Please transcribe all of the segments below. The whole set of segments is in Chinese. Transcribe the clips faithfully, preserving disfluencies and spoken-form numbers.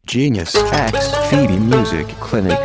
Genius X Phoebe Music Clinic.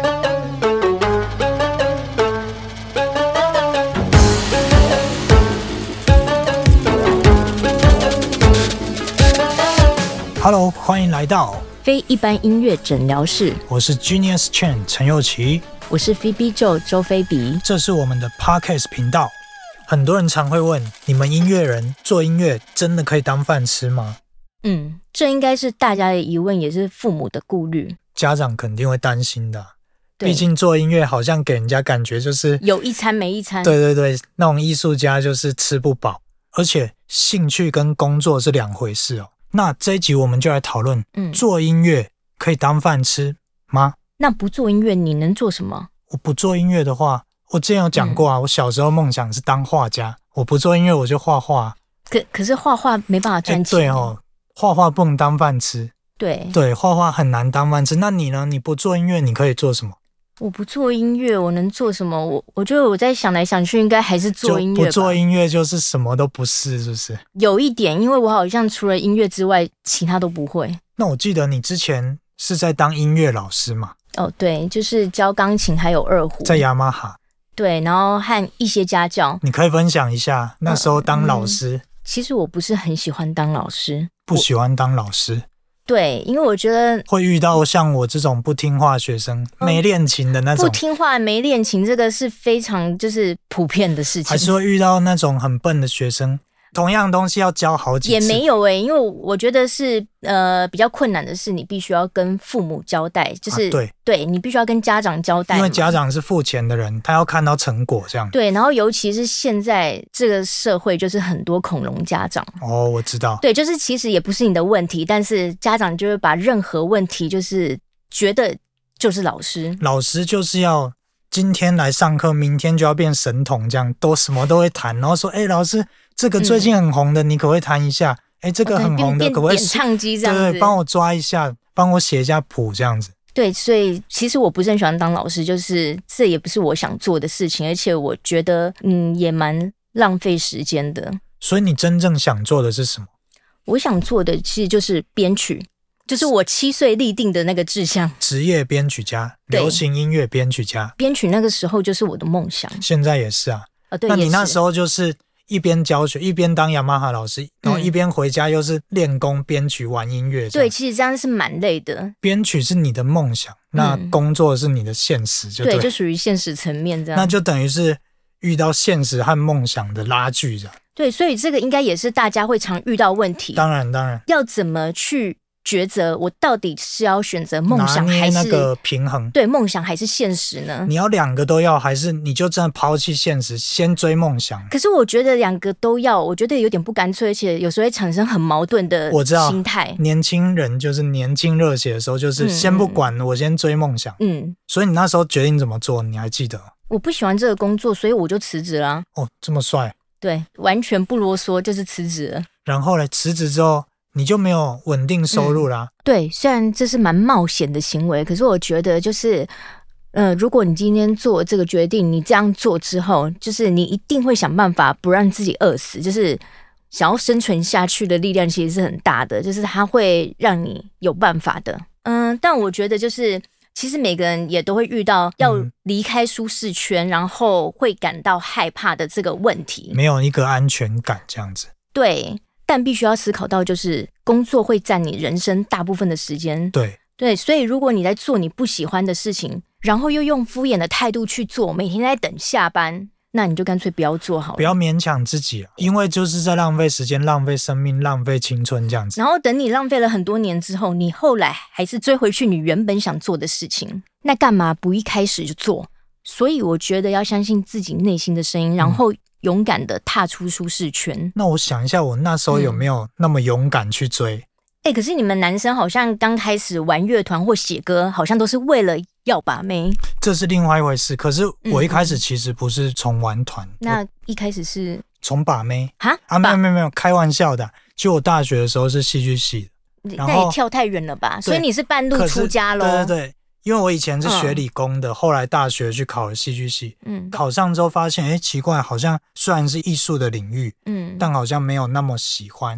Hello， 欢迎来到非一般音乐诊疗室。 我是 Genius Chen 陈佑琪， 我是 Phoebe Jo 周菲比。 这是我们的 Podcast 频道。很多人常会问，你们音乐人做音乐真的可以当饭吃吗？ 嗯，这应该是大家的疑问，也是父母的顾虑。 家长肯定会担心的，毕竟做音乐好像给人家感觉就是有一餐没一餐。 对对对，那种艺术家就是吃不饱，而且兴趣跟工作是两回事哦。那这一集我们就来讨论、嗯、做音乐可以当饭吃吗？ 那不做音乐你能做什么？ 我不做音乐的话，我之前有讲过啊、嗯、我小时候梦想是当画家，我不做音乐我就画画。 可可是画画没办法赚钱、 欸、对哦，画画不能当饭吃。 对对，画画很难当饭吃。那你呢？你不做音乐你可以做什么？ 我不做音乐我能做什么？我我觉得我在想来想去应该还是做音乐吧。 不做音乐就是什么都不是，是不是？ 有一点，因为我好像除了音乐之外其他都不会。 那我记得你之前是在当音乐老师嘛？ 哦，对，就是教钢琴还有二胡， 在雅马哈。 对，然后和一些家教。 你可以分享一下那时候当老师、嗯嗯、 其实我不是很喜欢当老师。 不喜欢当老师？ 对，因为我觉得会遇到像我这种不听话学生、嗯、没练琴的那种。 不听话没练琴这个是非常就是普遍的事情。 还是会遇到那种很笨的学生，同样东西要教好几次。 也没有耶、欸、因为我觉得是呃比较困难的是你必须要跟父母交代，就是、啊、对对，你必须要跟家长交代， 因为家长是付钱的人，他要看到成果这样。 对，然后尤其是现在这个社会就是很多恐龙家长。 哦，我知道。 对，就是其实也不是你的问题，但是家长就会把任何问题就是觉得就是老师， 老师就是要今天来上课，明天就要变神童，这样都什么都会弹，然后说，哎、欸，老师，这个最近很红的，嗯、你可不可以弹一下？哎、欸，这个很红的，可不可以？ 点唱机这样子， 对对，帮我抓一下，帮我写一下谱这样子。 对，所以其实我不是很喜欢当老师，就是这也不是我想做的事情，而且我觉得，嗯，也蛮浪费时间的。 所以你真正想做的是什么？ 我想做的其实就是编曲。就是我七岁立定的那个志向， 职业编曲家，流行音乐编曲家。 编曲那个时候就是我的梦想， 现在也是啊。 哦、对， 那你那时候就是一边教学，一边当雅马哈老师，然后一边回家又是练功、编曲、玩音乐。 对，其实这样是蛮累的。 编曲是你的梦想，那工作是你的现实就对， 对，就属于现实层面这样。 那就等于是遇到现实和梦想的拉锯这样。 对，所以这个应该也是大家会常遇到问题。 当然，当然， 要怎么去抉择我到底是要选择梦想还是拿捏那个平衡？ 对，梦想还是现实呢？ 你要两个都要，还是你就真的抛弃现实，先追梦想？ 可是我觉得两个都要，我觉得有点不干脆，而且有时候会产生很矛盾的心态。 年轻人就是年轻热血的时候，就是先不管、嗯、我先追梦想。嗯，所以你那时候决定怎么做？你还记得？ 我不喜欢这个工作，所以我就辞职了。 哦，这么帅？ 对，完全不啰嗦，就是辞职了。 然后呢？辞职之后你就没有稳定收入啦、啊嗯、对，虽然这是蛮冒险的行为，可是我觉得就是呃，如果你今天做这个决定，你这样做之后，就是你一定会想办法不让自己饿死，就是想要生存下去的力量其实是很大的，就是它会让你有办法的。嗯，但我觉得就是其实每个人也都会遇到要离开舒适圈、嗯、然后会感到害怕的这个问题， 没有一个安全感这样子。 对，但必须要思考到就是工作会占你人生大部分的时间。 对对，所以如果你在做你不喜欢的事情，然后又用敷衍的态度去做，每天在等下班，那你就干脆不要做好了， 不要勉强自己了，因为就是在浪费时间、浪费生命、浪费青春这样子。 然后等你浪费了很多年之后，你后来还是追回去你原本想做的事情，那干嘛不一开始就做？所以我觉得要相信自己内心的声音，然后勇敢的踏出舒适圈、嗯、 那我想一下我那时候有没有那么勇敢去追、嗯欸、可是你们男生好像刚开始玩乐团或写歌好像都是为了要把妹， 这是另外一回事。可是我一开始其实不是从玩团、嗯、 那一开始是从把妹哈啊？没有没有没有，开玩笑的。就我大学的时候是戏剧系的， 那也跳太远了吧？所以你是半路出家咯？ 对对对，因为我以前是学理工的、嗯、后来大学去考了戏剧系、嗯、考上之后发现哎，奇怪，好像虽然是艺术的领域、嗯、但好像没有那么喜欢。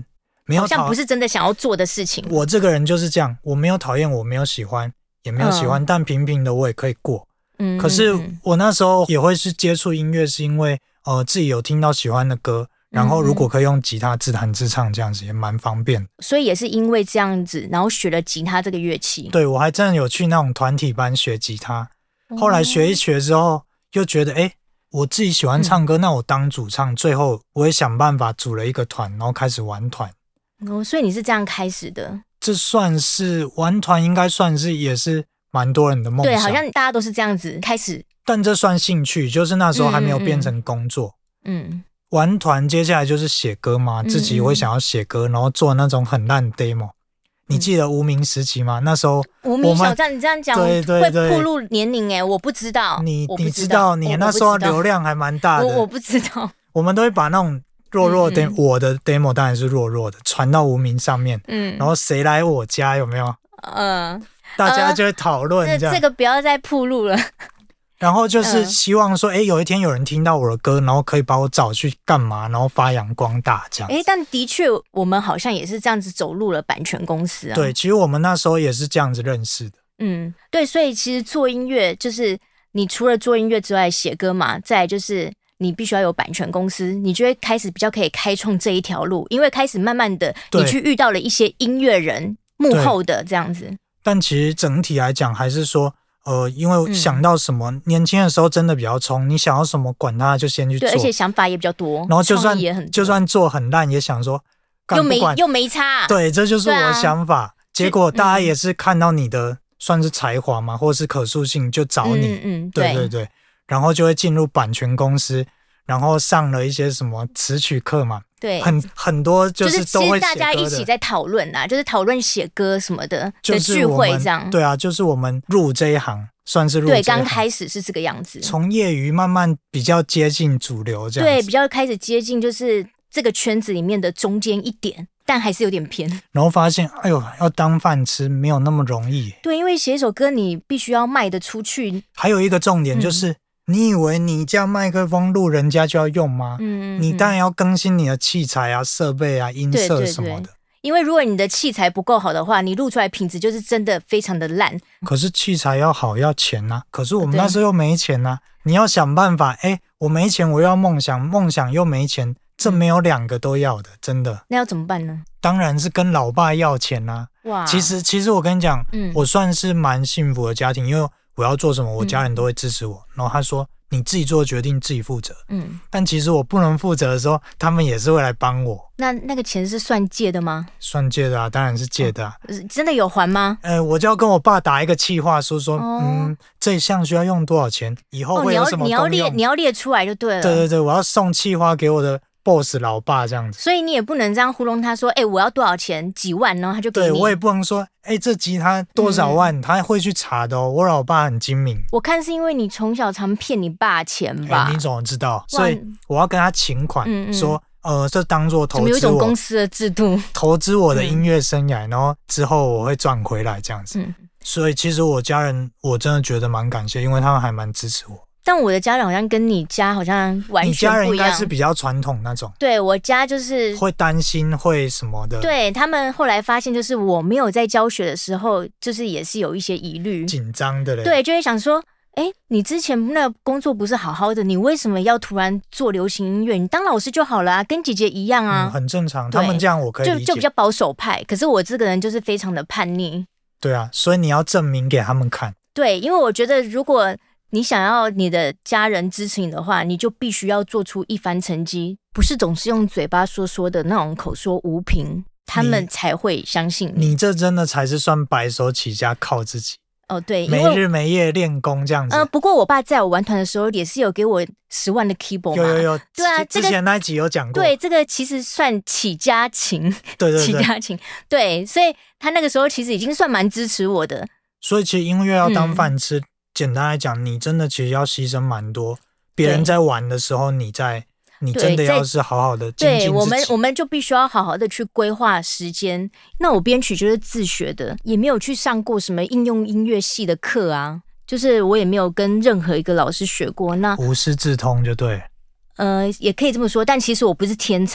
没有好像不是真的想要做的事情。 我这个人就是这样，我没有讨厌，我没有喜欢，也没有喜欢，嗯、但平平的我也可以过。嗯，可是我那时候也会是接触音乐，是因为呃自己有听到喜欢的歌。然后如果可以用吉他自弹自唱这样子也蛮方便， 所以也是因为这样子然后学了吉他这个乐器。 对，我还真的有去那种团体班学吉他，后来学一学之后又觉得诶我自己喜欢唱歌、嗯、那我当主唱，最后我也想办法组了一个团，然后开始玩团。 哦，所以你是这样开始的？ 这算是玩团，应该算是也是蛮多人的梦想。 对，好像大家都是这样子开始， 但这算兴趣，就是那时候还没有变成工作。嗯, 嗯玩团接下来就是写歌嘛，自己会想要写歌，然后做那种很烂的 demo。你记得无名时期吗？那时候无名小站，你这样讲会暴露年龄哎、欸，我不知道。 你你知道，你那时候流量还蛮大的。 我我不知道。 我们都会把那种弱弱的、嗯、我的 demo 当然是弱弱的，传到无名上面。嗯，然后谁来我家有没有？嗯、呃，大家就会讨论这样、 呃。这个不要再暴露了。 然后就是希望说，哎、嗯，有一天有人听到我的歌，然后可以把我找去干嘛，然后发扬光大这样。 哎，但的确，我们好像也是这样子走入了版权公司啊。 对，其实我们那时候也是这样子认识的。 嗯，对，所以其实做音乐就是你除了做音乐之外，写歌嘛，再来就是你必须要有版权公司，你就会开始比较可以开创这一条路，因为开始慢慢的你去遇到了一些音乐人幕后的这样子。 但其实整体来讲，还是说。呃，因为想到什么、嗯，年轻的时候真的比较冲，你想要什么管他就先去做， 对，而且想法也比较多， 然后就算就算做很烂，也想说又没又没差， 对，这就是我的想法。啊、结果大家也是看到你的、嗯、算是才华嘛，或是可塑性，就找你，嗯嗯，对对对，然后就会进入版权公司，然后上了一些什么词曲课嘛。 对， 很很多就是都会写歌的， 就是其实大家一起在讨论啦，就是讨论写歌什么的、就是、的聚会这样。 对啊，就是我们入这一行，算是入这一行。 对，刚开始是这个样子， 从业余慢慢比较接近主流这样子。 对，比较开始接近就是这个圈子里面的中间一点，但还是有点偏。 然后发现，哎呦，要当饭吃没有那么容易。 对，因为写一首歌你必须要卖得出去。 还有一个重点就是。嗯，你以为你这样麦克风录人家就要用吗？嗯嗯，你当然要更新你的器材啊、设备啊、音色什么的。对对对， 因为如果你的器材不够好的话，你录出来品质就是真的非常的烂。 可是器材要好要钱啊，可是我们那时候又没钱啊。你要想办法，哎，我没钱，我又要梦想，梦想又没钱，这没有两个都要的，真的。 那要怎么办呢？ 当然是跟老爸要钱啊。哇，其实其实我跟你讲、嗯，我算是蛮幸福的家庭，因为我要做什么，我家人都会支持我。嗯、然后他说。你自己做决定自己负责，嗯，但其实我不能负责的时候，他们也是会来帮我。 那那个钱是算借的吗？ 算借的啊，当然是借的啊。 哦、真的有还吗？ 呃，我就要跟我爸打一个企划书说，说、哦，嗯，这一项需要用多少钱，以后会有什么功用、 哦、你要你要列你要列出来就对了。 对对对，我要送企划给我的 boss 老爸这样子。 所以你也不能这样糊弄他说，哎、欸，我要多少钱，几万，然后他就给你。 对，我也不能说。哎、欸，这吉他多少万、嗯？他会去查的哦。我老爸很精明。 我看是因为你从小常骗你爸钱吧？ 欸、你怎么知道？所以我要跟他请款，嗯嗯说呃，这当做投资我。 怎么有一种公司的制度？ 投资我的音乐生涯、嗯，然后之后我会赚回来这样子、嗯。所以其实我家人我真的觉得蛮感谢，因为他们还蛮支持我。 但我的家人好像跟你家好像完全不一样。你家人应该是比较传统那种。 对，我家就是会担心会什么的。 对，他们后来发现，就是我没有在教学的时候，就是也是有一些疑虑、 紧张的嘞。 对，就会想说，哎，你之前那工作不是好好的，你为什么要突然做流行音乐？你当老师就好了啊，跟姐姐一样啊。 嗯、很正常，他们这样我可以理解。 就就比较保守派，可是我这个人就是非常的叛逆。 对啊，所以你要证明给他们看。 对，因为我觉得如果你想要你的家人支持你的话，你就必须要做出一番成绩，不是总是用嘴巴说说的那种口说无凭，他们才会相信你。 你这真的才是算白手起家，靠自己。 哦，对， 没日没夜练功这样子。 呃，不过我爸在我玩团的时候也是有给我十万的 keyboard 嘛。 有有有， 对啊， 之前那一集有讲过。 对，这个其实算起家情。 对对对， 起家情。对，所以他那个时候其实已经算蛮支持我的。 所以其实音乐要当饭吃。嗯，简单来讲，你真的其实要牺牲蛮多。别人在玩的时候，你在你真的要是好好的精进自己。 对，我们我们就必须要好好的去规划时间。那我编曲就是自学的，也没有去上过什么应用音乐系的课啊，就是我也没有跟任何一个老师学过。那无师自通就对。 呃，也可以这么说，但其实我不是天才，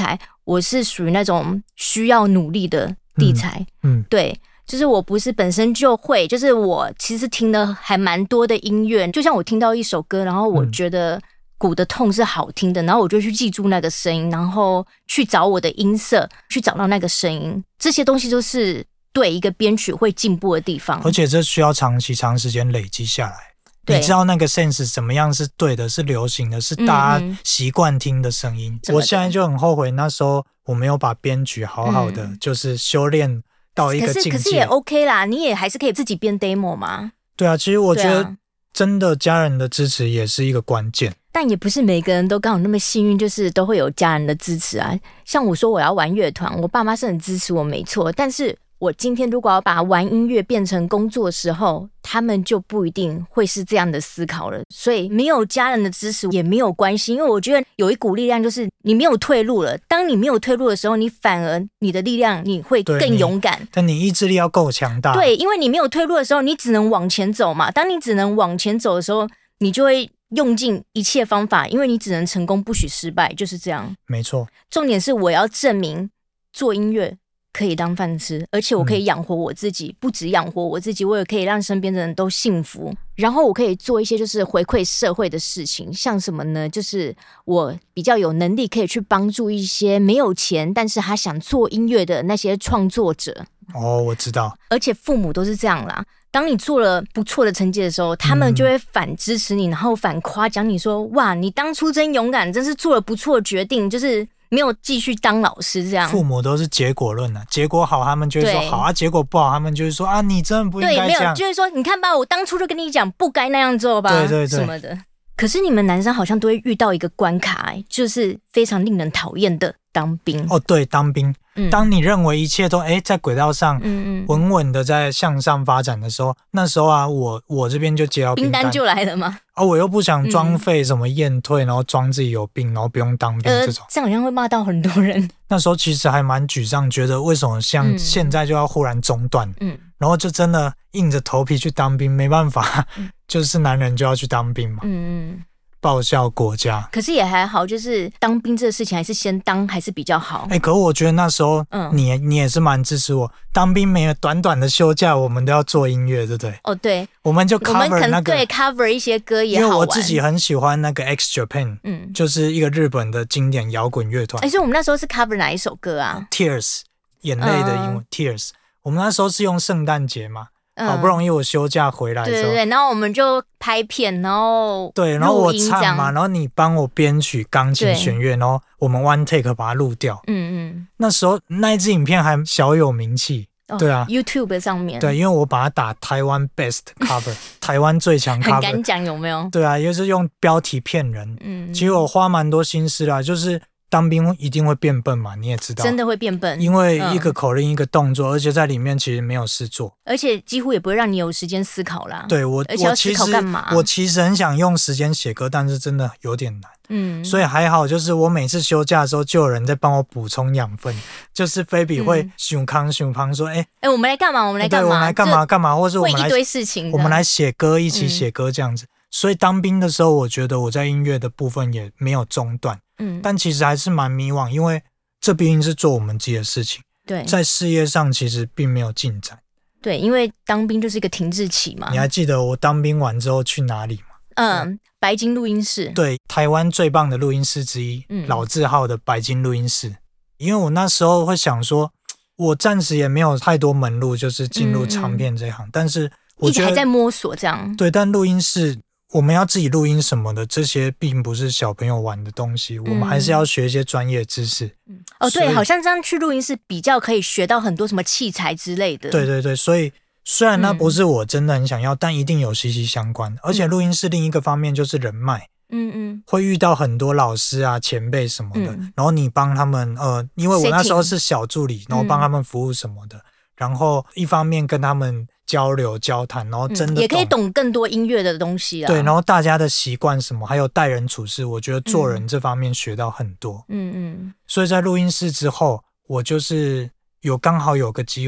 我是属于那种需要努力的地才，嗯，嗯对，就是我不是本身就会，就是我其实听的还蛮多的音乐，就像我听到一首歌，然后我觉得鼓的痛是好听的，然后我就去记住那个声音，然后去找我的音色，去找到那个声音，这些东西都是对一个编曲会进步的地方， 而且这需要长期长时间累积下来。你知道那个 sense 怎么样是对的，是流行的，是大家习惯听的声音、嗯、我现在就很后悔那时候我没有把编曲好好的、嗯、就是修炼到一个境界。 可是可是也 OK 啦，你也还是可以自己编 demo 嘛。 对啊，其实我觉得真的家人的支持也是一个关键， 但也不是每个人都刚好那么幸运，就是都会有家人的支持啊。像我说我要玩乐团，我爸妈是很支持我没错，但是我今天如果要把玩音乐变成工作的时候，他们就不一定会是这样的思考了。所以没有家人的支持也没有关系，因为我觉得有一股力量就是你没有退路了。当你没有退路的时候，你反而你的力量你会更勇敢。 但你意志力要够强大。 对，因为你没有退路的时候，你只能往前走嘛。当你只能往前走的时候，你就会用尽一切方法，因为你只能成功不许失败，就是这样。 没错。 重点是我要证明做音乐可以当饭吃，而且我可以养活我自己、嗯、不只养活我自己，我也可以让身边的人都幸福，然后我可以做一些就是回馈社会的事情。像什么呢？就是我比较有能力可以去帮助一些没有钱但是他想做音乐的那些创作者。 哦，我知道。 而且父母都是这样啦，当你做了不错的成绩的时候，他们就会反支持你、嗯、然后反夸奖你说，哇，你当初真勇敢，真是做了不错的决定，就是没有继续当老师这样。 父母都是结果论啊，结果好他们就会说好啊，结果不好他们就会说啊，你真的不应该这样。 对，没有，就是说你看吧，我当初就跟你讲不该那样做吧， 对对对， 什么的。可是你们男生好像都会遇到一个关卡、欸、就是非常令人讨厌的当兵。 哦，对，当兵、嗯、当你认为一切都哎在轨道上稳稳的在向上发展的时候、嗯嗯、那时候啊我我这边就接到兵单， 兵单就来了吗？ 啊，我又不想装废什么验退、嗯、然后装自己有病然后不用当兵这种、 呃、这样好像会骂到很多人。 那时候其实还蛮沮丧，觉得为什么像现在就要忽然中断、嗯、然后就真的硬着头皮去当兵，没办法、嗯、就是男人就要去当兵嘛，嗯嗯，报效国家。 可是也还好，就是当兵这个事情还是先当还是比较好。 哎、欸，可我觉得那时候你、嗯、你也是蛮支持我，当兵没有短短的休假，我们都要做音乐，对不对？ 哦，对， 我们就 cover 那个， 对 cover 一些歌也好玩。 因为我自己很喜欢那个 X Japan， 嗯，就是一个日本的经典摇滚乐团。 哎、欸，所以我们那时候是 cover 哪一首歌啊 ？Tears， 眼泪的英文、嗯、Tears。我们那时候是用圣诞节嘛。好不容易我休假回来的时候， 对对对，然后我们就拍片，然后对，然后我唱嘛，然后你帮我编曲钢琴弦乐，然后我们 one take 把它录掉。嗯嗯，那时候那一支影片还小有名气，哦、对啊 ，YouTube 上面， 对，因为我把它打台湾 best cover， 台湾最强 cover， 很敢讲有没有？ 对啊，也是用标题骗人。嗯，其实我花蛮多心思啦，就是。当兵一定会变笨嘛，你也知道， 真的会变笨， 因为一个口令、嗯、一个动作，而且在里面其实没有事做， 而且几乎也不会让你有时间思考啦。 对我， 而且要思考干嘛？ 我其实很想用时间写歌，但是真的有点难。嗯，所以还好，就是我每次休假的时候，就有人在帮我补充养分，就是菲比会熊康熊康说，哎、欸、哎、 欸，我们来干嘛？我们来干嘛？ 对，我们来干嘛干嘛？或是我们来一堆事情， 我们来写歌，一起写歌这样子。嗯、所以当兵的时候，我觉得我在音乐的部分也没有中断。嗯，但其实还是蛮迷惘，因为这毕竟是做我们自己的事情。对，在事业上其实并没有进展。 对，因为当兵就是一个停滞期嘛。 你还记得我当兵完之后去哪里吗？ 嗯，白金录音室。 对，台湾最棒的录音室之一，嗯、老字号的白金录音室。因为我那时候会想说，我暂时也没有太多门路，就是进入唱片这一行，嗯嗯，但是我觉得一直还在摸索这样。 对，但录音室。我们要自己录音什么的，这些并不是小朋友玩的东西，嗯、我们还是要学一些专业知识。 嗯、哦，对，好像这样去录音室比较可以学到很多什么器材之类的。 对对对，所以虽然那不是我真的很想要，嗯、但一定有息息相关。而且录音室另一个方面就是人脉，嗯嗯，会遇到很多老师啊、前辈什么的，嗯、然后你帮他们，呃，因为我那时候是小助理，然后帮他们服务什么的，嗯、然后一方面跟他们交流交谈，然后真的、嗯、 也可以懂更多音乐的东西啦。 对，然后大家的习惯什么，还有待人处事，我觉得做人这方面学到很多。嗯嗯，所以在录音室之后，我就是有刚好有个机会，就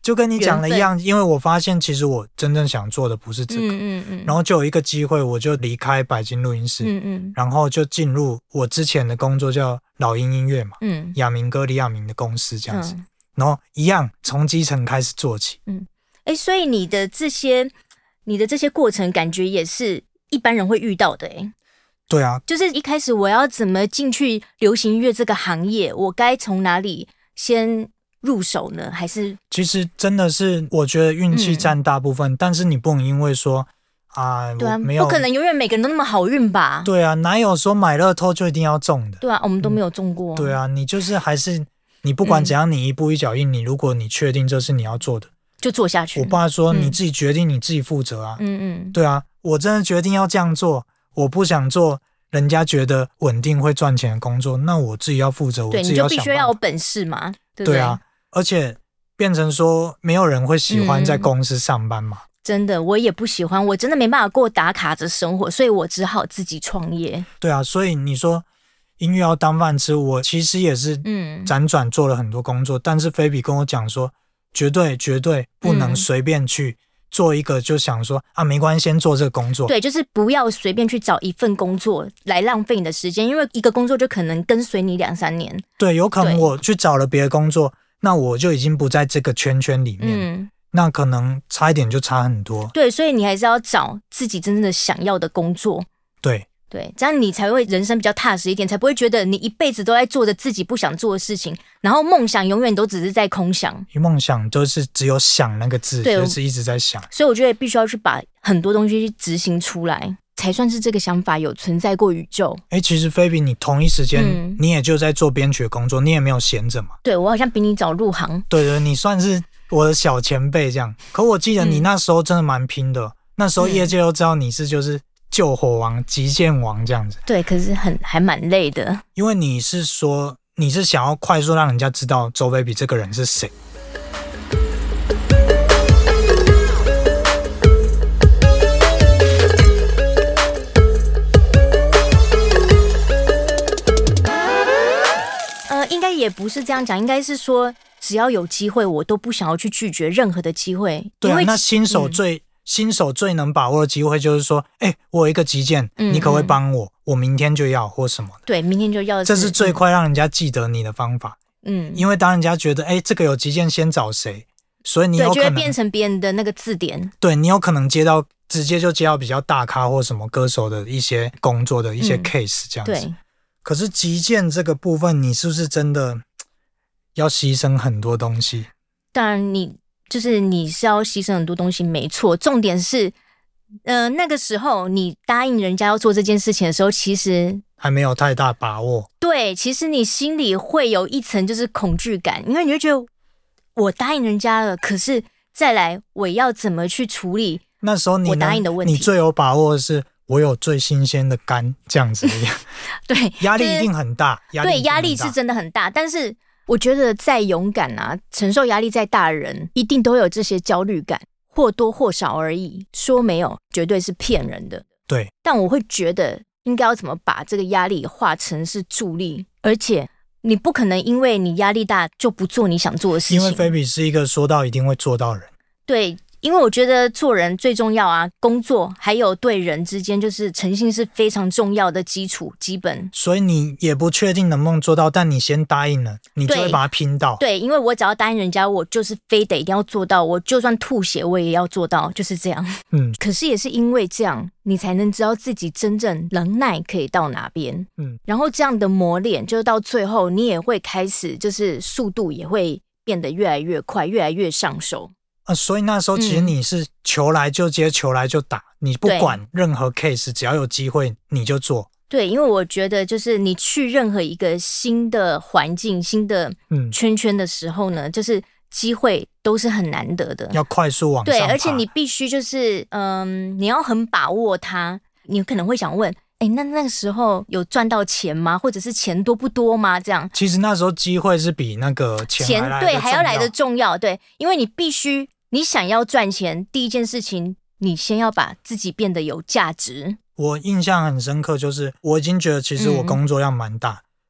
就跟你讲的一样，因为我发现其实我真正想做的不是这个，嗯嗯嗯，然后就有一个机会，我就离开百金录音室，嗯嗯，然后就进入我之前的工作叫老鹰音乐嘛，嗯，亚明哥李亚明的公司这样子，嗯，然后一样从基层开始做起， 嗯，哎，所以你的这些你的这些过程，感觉也是一般人会遇到的，哎。 对啊， 就是一开始我要怎么进去流行音乐这个行业，我该从哪里先入手呢？还是其实真的是我觉得运气占大部分，嗯，但是你不能因为说啊， 对啊， 没有， 不可能永远每个人都那么好运吧？ 对啊，哪有说买乐透就一定要中的？ 对啊，我们都没有中过，嗯， 对啊，你就是还是你不管怎样，你一步一脚印，嗯，你如果你确定这是你要做的， 就做下去。 我爸说，嗯，你自己决定，你自己负责啊。嗯嗯，对啊，我真的决定要这样做，我不想做人家觉得稳定会赚钱的工作，那我自己要负责，我自己要想办法。对，你就必须要有本事嘛，对不对？ 对啊，而且变成说没有人会喜欢在公司上班嘛。嗯， 真的，我也不喜欢，我真的没办法过打卡的生活，所以我只好自己创业。 对啊，所以你说音乐要当饭吃，我其实也是辗转做了很多工作，嗯，但是菲比跟我讲说，绝对绝对不能随便去。嗯，做一个就想说啊，没关系，先做这个工作。 对，就是不要随便去找一份工作来浪费你的时间，因为一个工作就可能跟随你两三年。 对，有可能我去找了别的工作，那我就已经不在这个圈圈里面，嗯，那可能差一点就差很多。 对，所以你还是要找自己真正的想要的工作。 对。 对，这样你才会人生比较踏实一点，才不会觉得你一辈子都在做着自己不想做的事情，然后梦想永远都只是在空想。 梦想都是只有想那个字，就是一直在想。 所以我觉得必须要去把很多东西去执行出来，才算是这个想法有存在过宇宙。 哎，其实菲比，你同一时间，嗯，你也就在做编曲的工作，你也没有闲着嘛。 对，我好像比你早入行。 对对，你算是我的小前辈这样。可我记得你那时候真的蛮拼的，嗯，那时候业界都知道你是就是。救火王、极限王这样子， 对，可是很还蛮累的。 因为你是说你是想要快速让人家知道周菲比这个人是谁。 呃，应该也不是这样讲，应该是说只要有机会，我都不想要去拒绝任何的机会。 对啊，那新手最。嗯新手最能把握的机会就是说，哎、欸，我有一个急件，嗯、你可不可以帮我？我明天就要或什么的。 对，明天就要。 这是最快让人家记得你的方法。嗯，因为当人家觉得，哎、欸，这个有急件，先找谁？所以你有可能对就会变成别人的那个字典。 对，你有可能接到直接就接到比较大咖或什么歌手的一些工作的一些 case 这样子。嗯、对。可是急件这个部分，你是不是真的要牺牲很多东西？ 当然你。就是你是要牺牲很多东西，没错。重点是，呃，那个时候你答应人家要做这件事情的时候，其实还没有太大把握。 对，其实你心里会有一层就是恐惧感，因为你会觉得我答应人家了，可是再来我要怎么去处理？ 那时候你我答应的问题， 你最有把握的是我有最新鲜的肝这样子的样。 对， 压力一定很大。压力对，压力是真的很大，但是。我觉得再勇敢啊，承受压力再大的人，一定都有这些焦虑感，或多或少而已。说没有，绝对是骗人的。 对， 但我会觉得应该要怎么把这个压力化成是助力，而且你不可能因为你压力大就不做你想做的事情。 因为菲比是一个说到一定会做到的人。 对。因为我觉得做人最重要啊，工作还有对人之间就是诚信是非常重要的基础基本。 所以你也不确定能不能做到，但你先答应了，你就会把它拼到。 对，因为我只要答应人家，我就是非得一定要做到，我就算吐血我也要做到，就是这样。嗯，可是也是因为这样，你才能知道自己真正能耐可以到哪边。嗯，然后这样的磨练，就是到最后你也会开始，就是速度也会变得越来越快，越来越上手。 啊、所以那时候其实你是球来就接，嗯、球来就打，你不管任何 case， 只要有机会你就做。 对，因为我觉得就是你去任何一个新的环境、新的圈圈的时候呢，嗯、就是机会都是很难得的， 要快速往上爬。 对，而且你必须就是嗯，你要很把握它。你可能会想问，哎，那那个时候有赚到钱吗？或者是钱多不多吗？这样， 其实那时候机会是比那个钱还来的重要， 对，还要来的重要。对，因为你必须。你想要赚钱，第一件事情，你先要把自己变得有价值。 我印象很深刻，就是我已经觉得其实我工作量蛮大，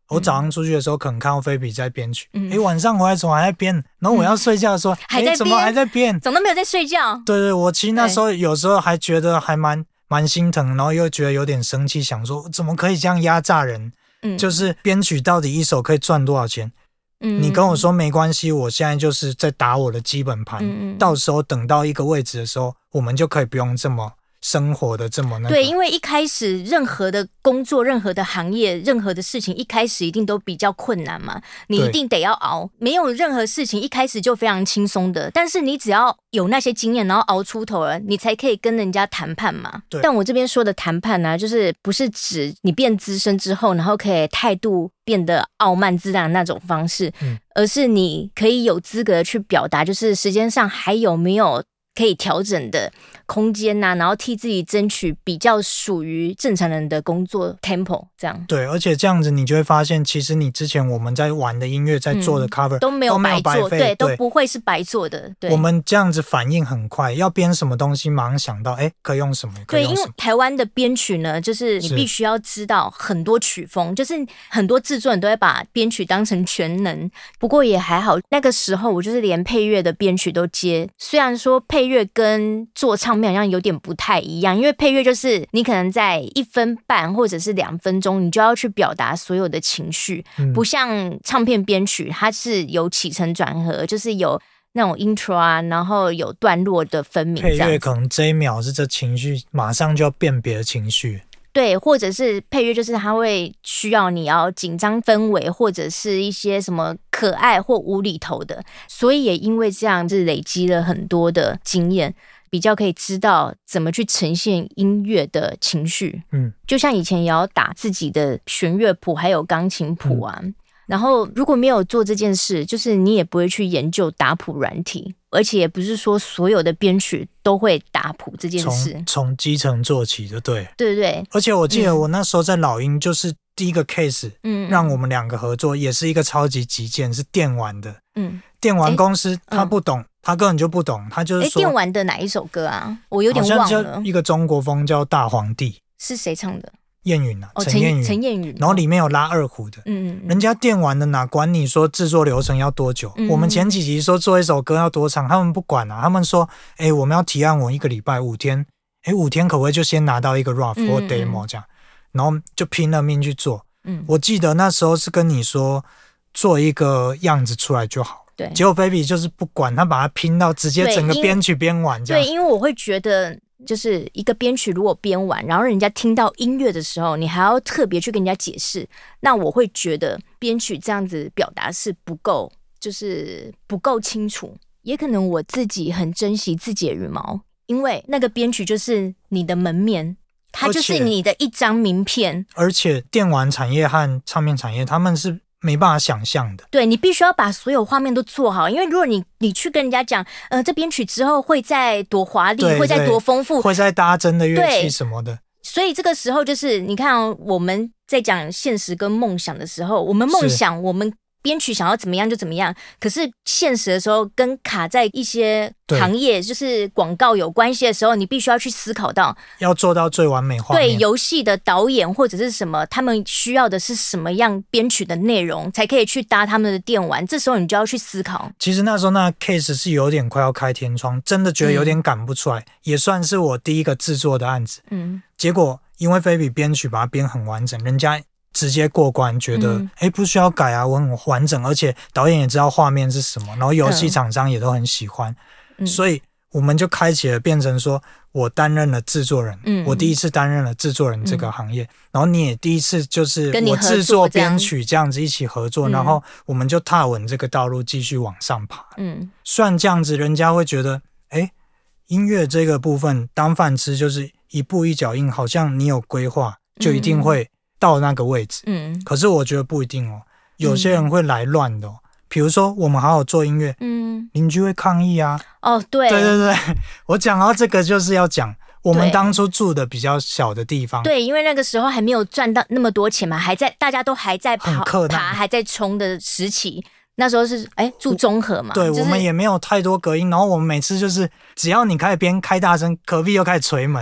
我早上出去的时候可能看到菲比在编曲，哎、嗯，晚上回来怎么还在编？然后我要睡觉的时候，哎、嗯，怎么还在编？ 怎么都没有在睡觉？ 对对，我其实那时候有时候还觉得还蛮蛮心疼，然后又觉得有点生气，想说怎么可以这样压榨人？嗯，就是编曲到底一首可以赚多少钱？嗯，你跟我说没关系，我现在就是在打我的基本盘，嗯嗯，到时候等到一个位置的时候，我们就可以不用这么生活的这么那个。 对，因为一开始任何的工作、任何的行业、任何的事情，一开始一定都比较困难嘛，你一定得要熬。没有任何事情一开始就非常轻松的，但是你只要有那些经验，然后熬出头了，你才可以跟人家谈判嘛。对。但我这边说的谈判呢、啊，就是不是指你变资深之后，然后可以态度变得傲慢自大的那种方式，嗯，而是你可以有资格去表达，就是时间上还有没有可以调整的空间啊，然后替自己争取比较属于正常人的工作 tempo 这样。 对，而且这样子你就会发现，其实你之前我们在玩的音乐，在做的 cover、嗯、 都没有白做， 对， 对，都不会是白做的。对， 我们这样子反应很快，要编什么东西马上想到，哎，可以用什么？可以用什么？ 对，因为台湾的编曲呢，就是你必须要知道很多曲风，就是很多制作人都会把编曲当成全能。不过也还好，那个时候我就是连配乐的编曲都接，虽然说配乐跟做唱片好像有点不太一样，因为配乐就是你可能在一分半或者是两分钟，你就要去表达所有的情绪、嗯、不像唱片编曲它是有起承转合，就是有那种 intro 啊，然后有段落的分明， 配乐可能这一秒是这情绪，马上就要变别的情绪。 对，或者是配乐就是它会需要你要紧张氛围，或者是一些什么可爱或无厘头的，所以也因为这样子累积了很多的经验，比较可以知道怎么去呈现音乐的情绪。嗯，就像以前也要打自己的弦乐谱还有钢琴谱啊、嗯、然后如果没有做这件事，就是你也不会去研究打谱软体，而且也不是说所有的编曲都会打谱这件事， 从基层做起就对。 对对对。 而且我记得我那时候在老鹰就是第一个 case， 嗯，让我们两个合作，也是一个超级急件，是电玩的。嗯，电玩公司他不懂，他根本就不懂，他就是说， 电玩的哪一首歌啊？我有点忘了。 好像叫一个中国风叫《大皇帝》， 是谁唱的？ 燕云啊， 哦， 陈燕云， 陈燕云， 然后里面有拉二胡的，嗯嗯，人家电玩的哪管你说制作流程要多久？嗯、我们前几集说做一首歌要多长，他们不管啊，他们说，哎，我们要提案，我一个礼拜五天，哎，五天可不可以就先拿到一个 rough 或 demo 这样，嗯、然后就拼了命去做。嗯，我记得那时候是跟你说做一个样子出来就好。对，结果 baby 就是不管，他把它拼到直接整个编曲编完这样。 对，因为我会觉得。就是一个编曲如果编完，然后人家听到音乐的时候，你还要特别去跟人家解释，那我会觉得编曲这样子表达是不够，就是不够清楚。也可能我自己很珍惜自己的羽毛，因为那个编曲就是你的门面，它就是你的一张名片。 而且电玩产业和唱片产业他们是没办法想象的， 对，你必须要把所有画面都做好，因为如果你你去跟人家讲，呃，这编曲之后会再多华丽，会再多丰富， 会再搭真的乐器什么的， 所以这个时候就是你看、哦，我们在讲现实跟梦想的时候，我们梦想，我们编曲想要怎么样就怎么样，可是现实的时候跟卡在一些行业就是广告有关系的时候，你必须要去思考到要做到最完美画面。 对，游戏的导演或者是什么，他们需要的是什么样编曲的内容才可以去搭他们的电玩，这时候你就要去思考。 其实那时候那 case 是有点快要开天窗，真的觉得有点赶不出来、嗯、也算是我第一个制作的案子。嗯，结果因为菲比编曲把它编很完整，人家直接过关，觉得哎、嗯、不需要改啊，我很完整，而且导演也知道画面是什么，然后游戏厂商也都很喜欢、嗯、所以我们就开启了变成说我担任了制作人、嗯、我第一次担任了制作人这个行业、嗯、然后你也第一次就是我制作编曲这样子一起合作，然后我们就踏稳这个道路继续往上爬。嗯，虽然这样子人家会觉得哎，音乐这个部分当饭吃，就是一步一脚印，好像你有规划就一定会到那个位置，嗯，可是我觉得不一定哦，有些人会来乱的哦。比如说我们好好做音乐，嗯，邻居会抗议啊。 哦，对， 对对对，我讲到这个就是要讲我们当初住的比较小的地方， 对，因为那个时候还没有赚到那么多钱嘛，还在大家都还在跑爬还在冲的时期。那时候是哎住中和嘛， 对、 就是、 我们也没有太多隔音，然后我们每次就是只要你开始边开大声，隔壁又开始捶门。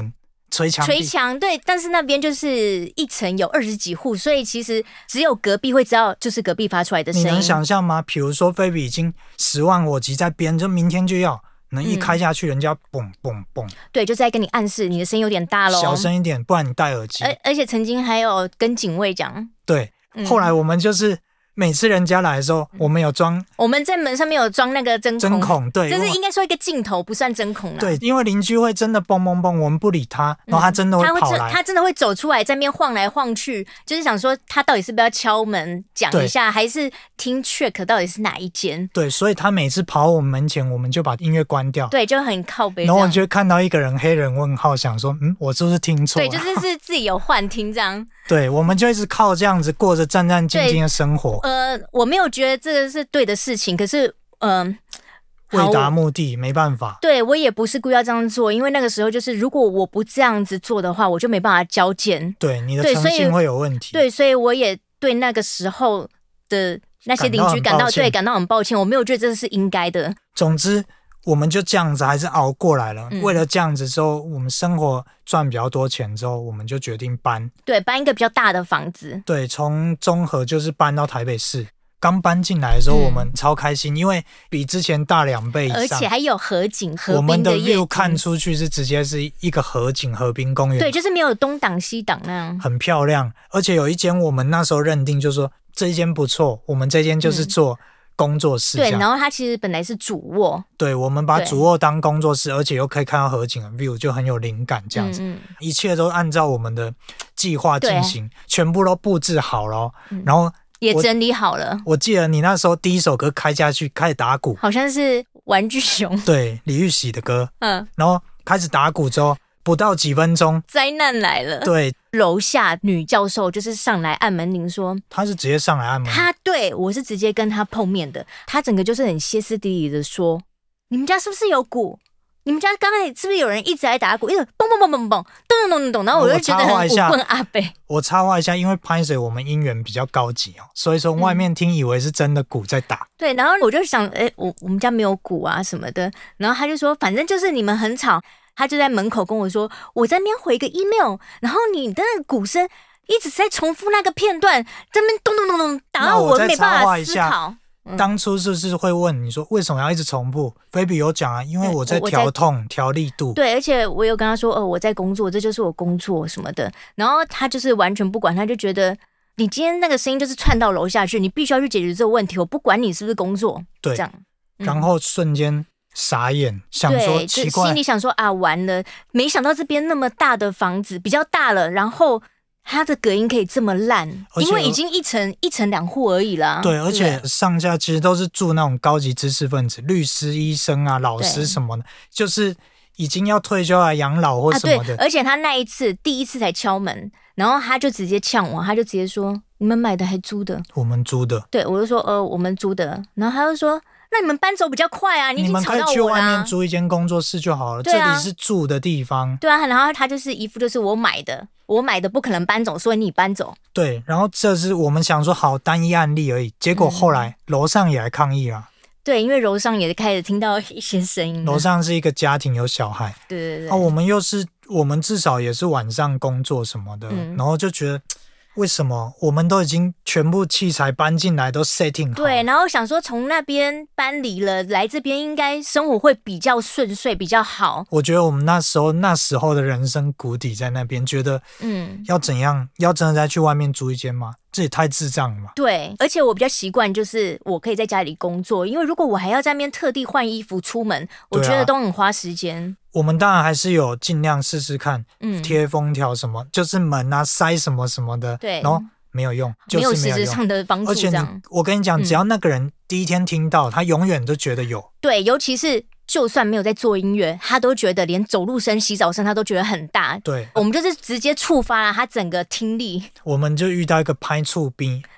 捶墙壁， 捶墙对，但是那边就是一层有二十几户，所以其实只有隔壁会知道，就是隔壁发出来的声音。 你能想象吗？比如说菲比已经十万火急在编，就明天就要，能一开下去，嗯、人家嘣嘣嘣， 对，就在跟你暗示你的声音有点大咯， 小声一点，不然你戴耳机。 而而且曾经还有跟警卫讲， 对，嗯、后来我们就是。每次人家来的时候，我们有装， 我们在门上面有装那个针孔， 针孔对， 就是应该说一个镜头，不算针孔啦。 对，因为邻居会真的蹦蹦蹦，我们不理他，然后他真的会跑来， 嗯、他, 他真的会走出来，在那边晃来晃去，就是想说他到底是不是要敲门讲一下，还是听 check 到底是哪一间？ 对，所以他每次跑我们门前，我们就把音乐关掉， 对，就很靠北。 然后我就会看到一个人黑人问号，想说，嗯，我是不是听错了？ 对，就是是自己有幻听这样。 对，我们就一直靠这样子过着战战兢兢的生活。 呃，我没有觉得这个是对的事情，可是，嗯、 呃，为达目的没办法。 对，我也不是故意要这样做，因为那个时候就是如果我不这样子做的话，我就没办法交件。 对，你的诚信会有问题。 对，所以我也对那个时候的那些邻居感到对感到很抱歉，我没有觉得这是应该的。 总之。我们就这样子还是熬过来了、嗯、为了这样子之后我们生活赚比较多钱之后我们就决定搬， 对，搬一个比较大的房子， 对，从中和就是搬到台北市。刚搬进来的时候我们超开心、嗯、因为比之前大两倍以上， 而且还有河景河我们的夜景 view 看出去是直接是一个河景河滨公园， 对，就是没有东挡西挡那样， 很漂亮。而且有一间我们那时候认定就是说这一间不错，我们这间就是做、嗯工作室， 对，然后它其实本来是主卧， 对，我们把主卧当工作室，而且又可以看到河景的 view， 就很有灵感这样子、嗯嗯、一切都按照我们的计划进行，全部都布置好了、嗯、然后也整理好了。 我记得你那时候第一首歌开下去开始打鼓， 好像是玩具熊， 对，李玉玺的歌，嗯，然后开始打鼓之后不到几分钟灾难来了， 对， 楼下女教授就是上来按门铃说， 她是直接上来按门铃， 她对我是直接跟她碰面的，她整个就是很歇斯底里的说，你们家是不是有鼓？你们家刚才是不是有人一直在打鼓，一直蹦蹦蹦蹦蹦咚咚咚咚，然后我就觉得很无棍阿伯。 我插话一下，因为拍水我们音源比较高级哦，所以说外面听以为是真的鼓在打、嗯、 对，然后我就想哎、欸，我我们家没有鼓啊什么的，然后他就说反正就是你们很吵，他就在门口跟我说，我在那边回个 email， 然后你的那个鼓声一直在重复那个片段，在那边咚咚咚咚打到我没办法思考。 当初是不是会问你说为什么要一直重复？菲比有讲啊，因为我在调痛调力度。 对，而且我有跟他说，呃，我在工作，这就是我工作什么的。然后他就是完全不管，他就觉得你今天那个声音就是窜到楼下去，你必须要去解决这个问题。我不管你是不是工作， 对， 这样。 嗯、然后瞬间傻眼，想说奇怪， 心里想说啊，完了，没想到这边那么大的房子，比较大了，然后。它的隔音可以这么烂，因为已经一层一层两户而已啦。 对，而且上下其实都是住那种高级知识分子，律师、医生啊、老师什么的，就是已经要退休来养老或什么的、啊。 对，而且他那一次第一次才敲门，然后他就直接呛我，他就直接说：“你们买的还租的？” 我们租的。 对，我就说：“呃，我们租的。”然后他就说。那你们搬走比较快啊！你已经吵到我啦。你们可以去外面租一间工作室就好了，啊、这里是住的地方。 对啊，然后他就是一副就是我买的，我买的不可能搬走，所以你搬走。 对，然后这是我们想说好单一案例而已，结果后来楼上也来抗议了。 嗯、对，因为楼上也开始听到一些声音。 楼上是一个家庭有小孩， 对对对。 啊，我们又是我们至少也是晚上工作什么的，嗯、然后就觉得。为什么我们都已经全部器材搬进来都 setting 好？ 对，然后想说从那边搬离了，来这边应该生活会比较顺遂，比较好。 我觉得我们那时候那时候的人生谷底在那边，觉得嗯，要怎样？要真的再去外面租一间吗？这也太智障了嘛！ 对，而且我比较习惯就是我可以在家里工作，因为如果我还要在那边特地换衣服出门，我觉得都很花时间。 我们当然还是有尽量试试看，嗯，贴封条什么，就是门啊塞什么什么的，对，然后没有用，就是没有用， 没有实质上的帮助。 而且你，我跟你讲，只要那个人第一天听到，嗯、他永远都觉得有。 对，尤其是就算没有在做音乐，他都觉得连走路声、洗澡声，他都觉得很大。 对， 我们就是直接触发了他整个听力。 我们就遇到一个拍触逼。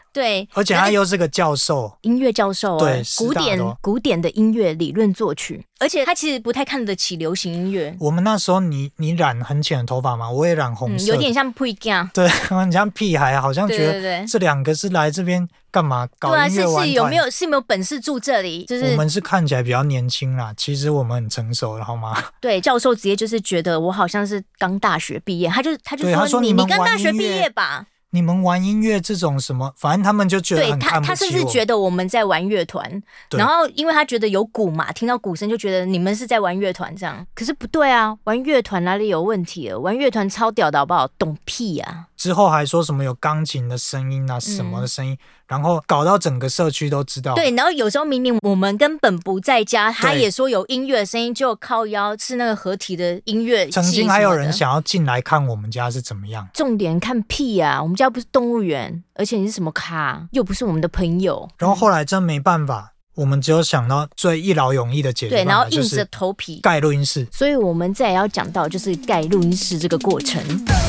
对， 而且他又是个教授， 音乐教授、哦， 对， 古典古典的音乐理论作曲，而且他其实不太看得起流行音乐。 我们那时候你你染很浅的头发嘛，我也染红色、嗯， 有点像屁孩， 对，很像屁孩，好像觉得这两个是来这边干嘛搞音乐玩团？ 对啊，是是有没有是没有本事住这里？就是我们是看起来比较年轻啦，其实我们很成熟了，好吗？对， 教授直接就是觉得我好像是刚大学毕业，他就他就说, 他说你你刚大学毕业吧。 你们玩音乐这种什么，反正他们就觉得很看不起我。 对，他他甚至觉得我们在玩乐团，然后因为他觉得有鼓嘛，听到鼓声就觉得你们是在玩乐团这样。可是不对啊，玩乐团哪里有问题了？玩乐团超屌的好不好？懂屁啊！ 之后还说什么有钢琴的声音啊，什么的声音、嗯，然后搞到整个社区都知道。 对，然后有时候明明我们根本不在家，他也说有音乐声音，就靠腰是那个合体的音乐。 曾经还有人想要进来看我们家是怎么样。 重点看屁啊！我们家不是动物园，而且你是什么咖，又不是我们的朋友。 然后后来真没办法。我们只有想到最一劳永逸的解决办法， 对，然后硬着头皮盖录音室。 所以我们再也要讲到就是盖录音室这个过程。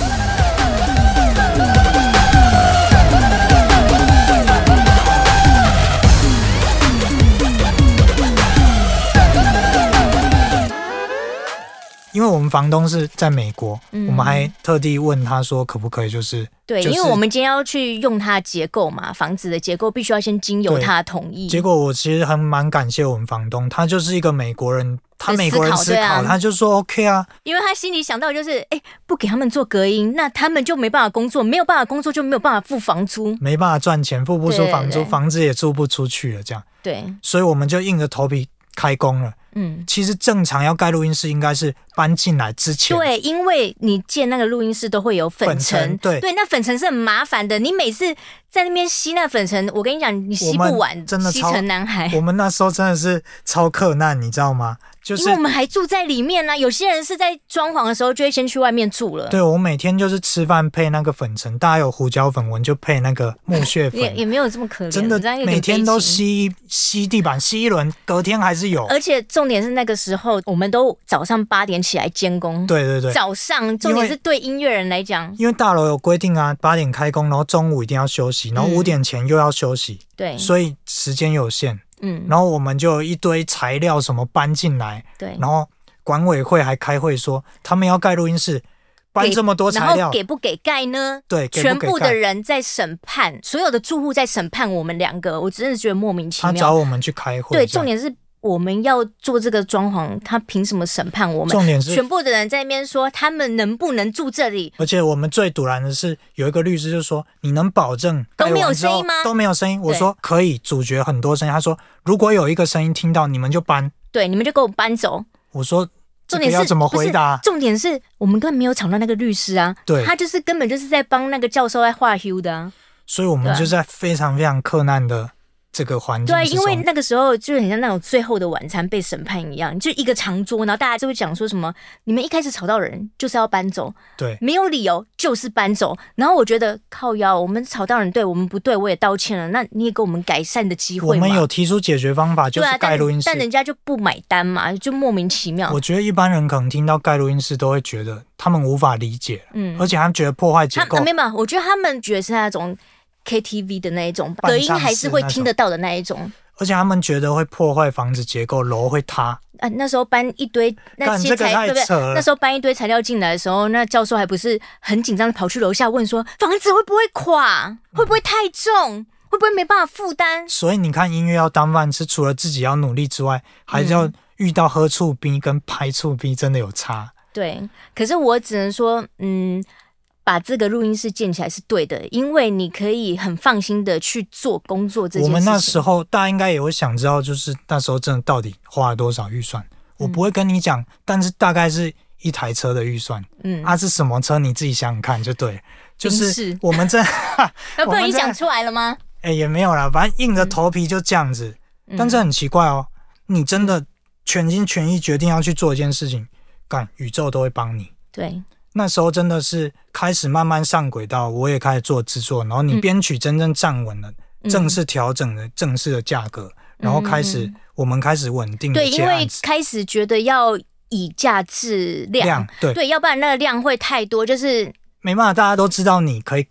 因为我们房东是在美国、嗯、我们还特地问他说可不可以就是对、 就是、 因为我们今天要去用它的结构嘛，房子的结构必须要先经由他的同意。 结果我其实很蛮感谢我们房东，他就是一个美国人，他美国人思考、啊、他就说 OK 啊， 因为他心里想到就是哎，不给他们做隔音，那他们就没办法工作，没有办法工作就没有办法付房租， 没办法赚钱，付不出房租，对对对，房子也租不出去了这样。 对， 所以我们就硬着头皮开工了。嗯，其实正常要盖录音室应该是搬进来之前， 对，因为你建那个录音室都会有粉尘， 粉尘对对，那粉尘是很麻烦的，你每次在那边吸那粉尘，我跟你讲，你吸不完， 真的吸成男孩。 我们那时候真的是超克难，你知道吗？就是因为我们还住在里面啊，有些人是在装潢的时候就会先去外面住了。 对，我每天就是吃饭配那个粉尘，大家有胡椒粉，我就配那个木屑粉， 也也没有这么可怜， 真的每天都吸吸地板，吸一轮，隔天还是有。 而且重点是那个时候，我们都早上八点起来监工。 对对对， 早上重点是对音乐人来讲， 因为大楼有规定啊，八点开工，然后中午一定要休息，然后五点前又要休息，嗯、 对， 所以时间有限。嗯，然后我们就有一堆材料什么搬进来， 对， 然后管委会还开会说他们要盖录音室，搬这么多材料， 然后给不给盖呢？ 对，给不给盖， 全部的人在审判，所有的住户在审判我们两个，我真的觉得莫名其妙。 他找我们去开会， 对，重点是我们要做这个装潢，他凭什么审判我们？ 重点是全部的人在那边说他们能不能住这里， 而且我们最堵然的是有一个律师就说你能保证都没有声音吗？ 都没有声音。我说可以，主角很多声音。他说如果有一个声音听到，你们就搬， 对，你们就给我搬走。 我说重点是要怎么回答？ 重点是我们根本没有吵到那个律师啊， 对， 他就是根本就是在帮那个教授在画 Q 的啊， 所以我们就在非常非常克难的这个环境。 对，因为那个时候就很像那种最后的晚餐被审判一样，就一个长桌，然后大家就会讲说什么你们一开始吵到人就是要搬走， 对， 没有理由就是搬走。然后我觉得靠腰，我们吵到人对我们不对，我也道歉了，那你也给我们改善的机会嘛。 我们有提出解决方法，就是盖录音室， 但, 但人家就不买单嘛，就莫名其妙。 我觉得一般人可能听到盖录音室都会觉得他们无法理解，嗯，而且他们觉得破坏结构。 没有，我觉得他们觉得是那种K T V 的那一种隔音还是会听得到的那一种， 而且他们觉得会破坏房子结构，楼会塌啊。那时候搬一堆那些材料，对不对？那时候搬一堆材料进来的时候，那教授还不是很紧张的跑去楼下问说房子会不会垮、嗯、会不会太重，会不会没办法负担。 所以你看音乐要当饭吃，除了自己要努力之外，还是要遇到喝醋逼跟拍醋逼真的有差。 对，可是我只能说嗯把这个录音室建起来是对的，因为你可以很放心的去做工作这件事情。 我们那时候大家应该也会想知道，就是那时候真的到底花了多少预算。我不会跟你讲、嗯，但是大概是一台车的预算。嗯，啊是什么车你自己想想看就对了。就是我们这， 那不然你讲出来了吗？ 哎、欸，也没有啦，反正硬着头皮就这样子。嗯、但是很奇怪哦，你真的全心全意决定要去做一件事情，干宇宙都会帮你。 对。 那时候真的是开始慢慢上轨道，我也开始做制作，然后你编曲真正站稳了、嗯、正式调整了正式的价格、嗯、然后开始、嗯、我们开始稳定的接案子。 对，因为开始觉得要以价制量， 量 对, 对，要不然那个量会太多，就是没办法，大家都知道你可以赶，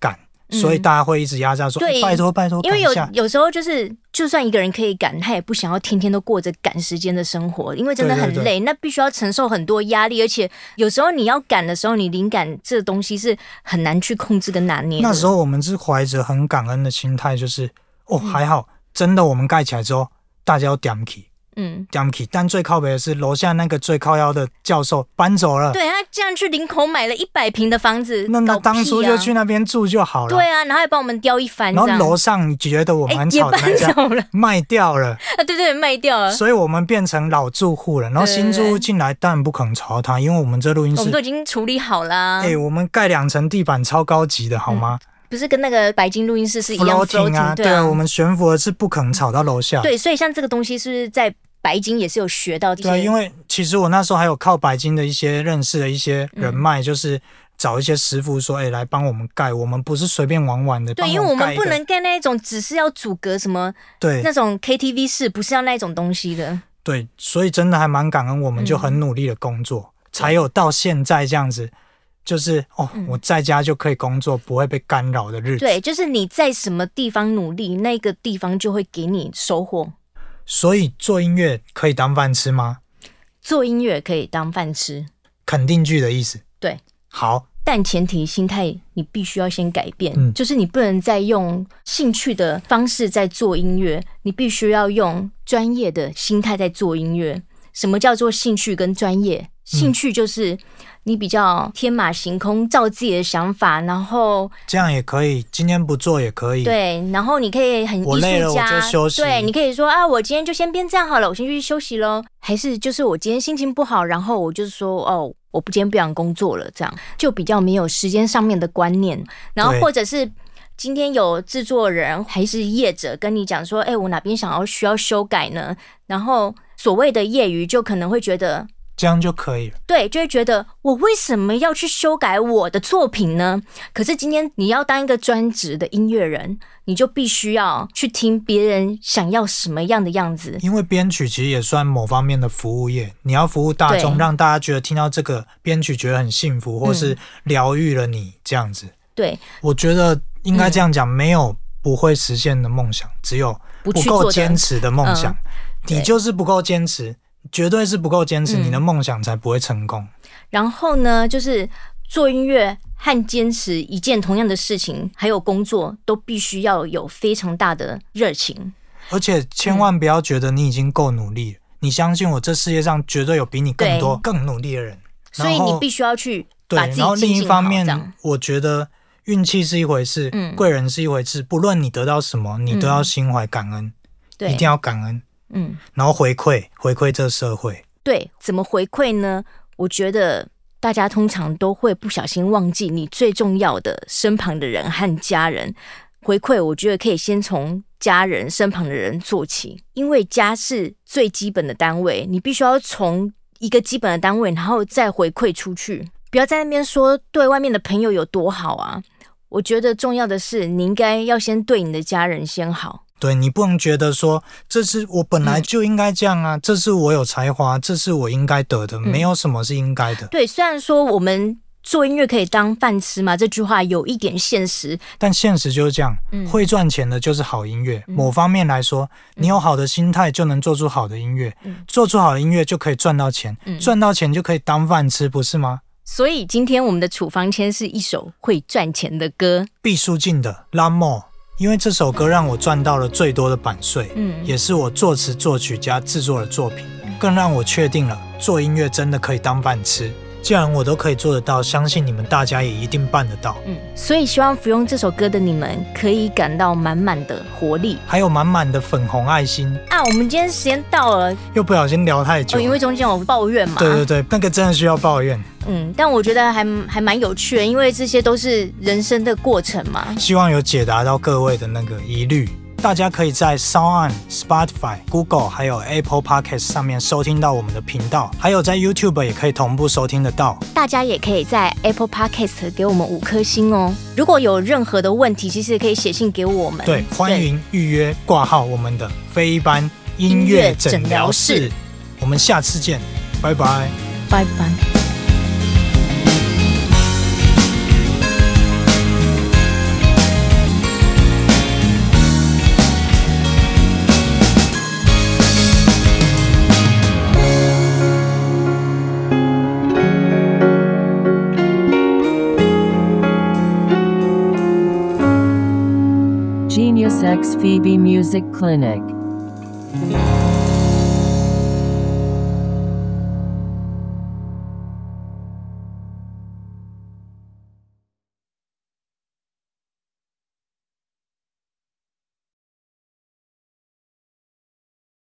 所以大家会一直压榨说、欸、拜托拜托， 因为有有时候就是就算一个人可以赶，他也不想要天天都过着赶时间的生活，因为真的很累，对对对，那必须要承受很多压力，而且有时候你要赶的时候，你灵感这东西是很难去控制跟拿捏的。 那时候我们是怀着很感恩的心态，就是哦还好，真的我们盖起来之后大家都点起嗯，但最靠北的是楼下那个最靠腰的教授搬走了。 对，他这样去林口买了一百平的房子， 那那当初就去那边住就好了。 对啊，然后还帮我们雕一番。 然后楼上你觉得我们很吵的那家卖掉了啊，对对，卖掉了。 所以我们变成老住户了。然后新住户进来，当然不可能吵他，因为我们这录音室我们都已经处理好啦。 哎、欸，我们盖两层地板，超高级的好吗？嗯， 不是跟那个白金录音室是一样 floating 啊？对啊，我们悬浮的是不可能吵到楼下。 对，所以像这个东西是不是在白金也是有学到这些？ 对，因为其实我那时候还有靠白金的一些认识的一些人脉，嗯、就是找一些师傅说，哎、欸，来帮我们盖，我们不是随便玩玩的。 对，因为我们不能盖那一种只是要阻隔什么，对，那种 K T V 室不是要那一种东西的。 对，所以真的还蛮感恩，我们就很努力的工作，嗯、才有到现在这样子。就是哦、嗯，我在家就可以工作，不会被干扰的日子。 对，就是你在什么地方努力，那个地方就会给你收获。 所以做音乐可以当饭吃吗？ 做音乐可以当饭吃， 肯定句的意思。 对， 好， 但前提心态你必须要先改变、嗯，就是你不能再用兴趣的方式在做音乐，你必须要用专业的心态在做音乐。什么叫做兴趣跟专业？兴趣就是你比较天马行空，照自己的想法，然后这样也可以，今天不做也可以。 对，然后你可以很艺术家， 我累了我就休息。 对，你可以说啊，我今天就先编这样好了，我先去休息咯。还是就是我今天心情不好，然后我就是说哦，我不今天不想工作了，这样就比较没有时间上面的观念。然后或者是今天有制作人还是业者跟你讲说，哎，我哪边想要需要修改呢？然后所谓的业余就可能会觉得这样就可以了。 对，就会觉得我为什么要去修改我的作品呢？可是今天你要当一个专职的音乐人，你就必须要去听别人想要什么样的样子。 因为编曲其实也算某方面的服务业，你要服务大众，让大家觉得听到这个编曲觉得很幸福，或是疗愈了你这样子。 对， 我觉得应该这样讲、嗯，没有不会实现的梦想，只有不够坚持的梦想。嗯、你就是不够坚持。绝对是不够坚持、嗯，你的梦想才不会成功。 然后呢，就是做音乐和坚持一件同样的事情，还有工作，都必须要有非常大的热情。 而且千万不要觉得你已经够努力了、嗯，你相信我，这世界上绝对有比你更多、更努力的人。 所以你必须要去把自己精进好。 对，然后另一方面，我觉得运气是一回事，嗯、贵人是一回事。不论你得到什么，你都要心怀感恩，嗯、一定要感恩。嗯，然后回馈回馈这个社会。 对，怎么回馈呢？我觉得大家通常都会不小心忘记你最重要的身旁的人和家人。回馈我觉得可以先从家人身旁的人做起，因为家是最基本的单位，你必须要从一个基本的单位然后再回馈出去，不要在那边说对外面的朋友有多好啊。我觉得重要的是你应该要先对你的家人先好。 对，你不能觉得说这是我本来就应该这样啊、嗯、这是我有才华，这是我应该得的、嗯、没有什么是应该的。 对，虽然说我们做音乐可以当饭吃嘛，这句话有一点现实， 但现实就是这样、嗯、会赚钱的就是好音乐、嗯、某方面来说你有好的心态就能做出好的音乐、嗯、做出好的音乐就可以赚到钱、嗯、赚到钱就可以当饭吃，不是吗？ 所以今天我们的处方签是一首会赚钱的歌， 毕书尽的 Love More，因为这首歌让我赚到了最多的版税、嗯、也是我作词作曲加制作的作品，更让我确定了做音乐真的可以当饭吃。既然我都可以做得到，相信你们大家也一定办得到。 嗯，所以希望服用这首歌的你们可以感到满满的活力，还有满满的粉红爱心啊！我们今天时间到了， 又不小心聊太久、哦、 因为中间有抱怨嘛。 对对对，那个真的需要抱怨。 嗯，但我觉得还还蛮有趣的，因为这些都是人生的过程嘛。 希望有解答到各位的那个疑虑。大家可以在 SoundOn、Spotify、Google 还有 Apple Podcast 上面收听到我们的频道，还有在 YouTube 也可以同步收听得到。 大家也可以在 Apple Podcast 给我们五颗星哦。如果有任何的问题，其实可以写信给我们。 对，欢迎预约挂号我们的非一般音乐诊疗室。我们下次见，拜拜， 拜拜。 Genius X Phoebe Music Clinic.